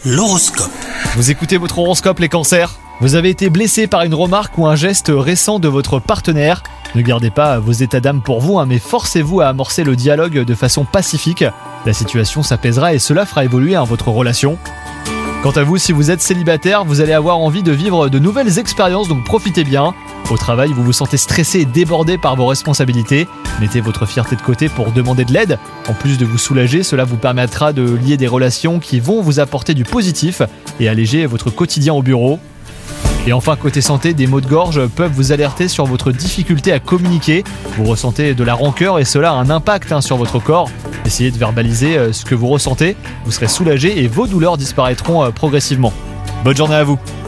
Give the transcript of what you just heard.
L'horoscope. Vous écoutez votre horoscope les cancers ? Vous avez été blessé par une remarque ou un geste récent de votre partenaire. Ne gardez pas vos états d'âme pour vous, mais forcez-vous à amorcer le dialogue de façon pacifique. La situation s'apaisera et cela fera évoluer votre relation. Quant à vous, si vous êtes célibataire, vous allez avoir envie de vivre de nouvelles expériences, donc profitez bien. Au travail, vous vous sentez stressé et débordé par vos responsabilités. Mettez votre fierté de côté pour demander de l'aide. En plus de vous soulager, cela vous permettra de lier des relations qui vont vous apporter du positif et alléger votre quotidien au bureau. Et enfin, côté santé, des maux de gorge peuvent vous alerter sur votre difficulté à communiquer. Vous ressentez de la rancœur et cela a un impact sur votre corps. Essayez de verbaliser ce que vous ressentez, vous serez soulagé et vos douleurs disparaîtront progressivement. Bonne journée à vous!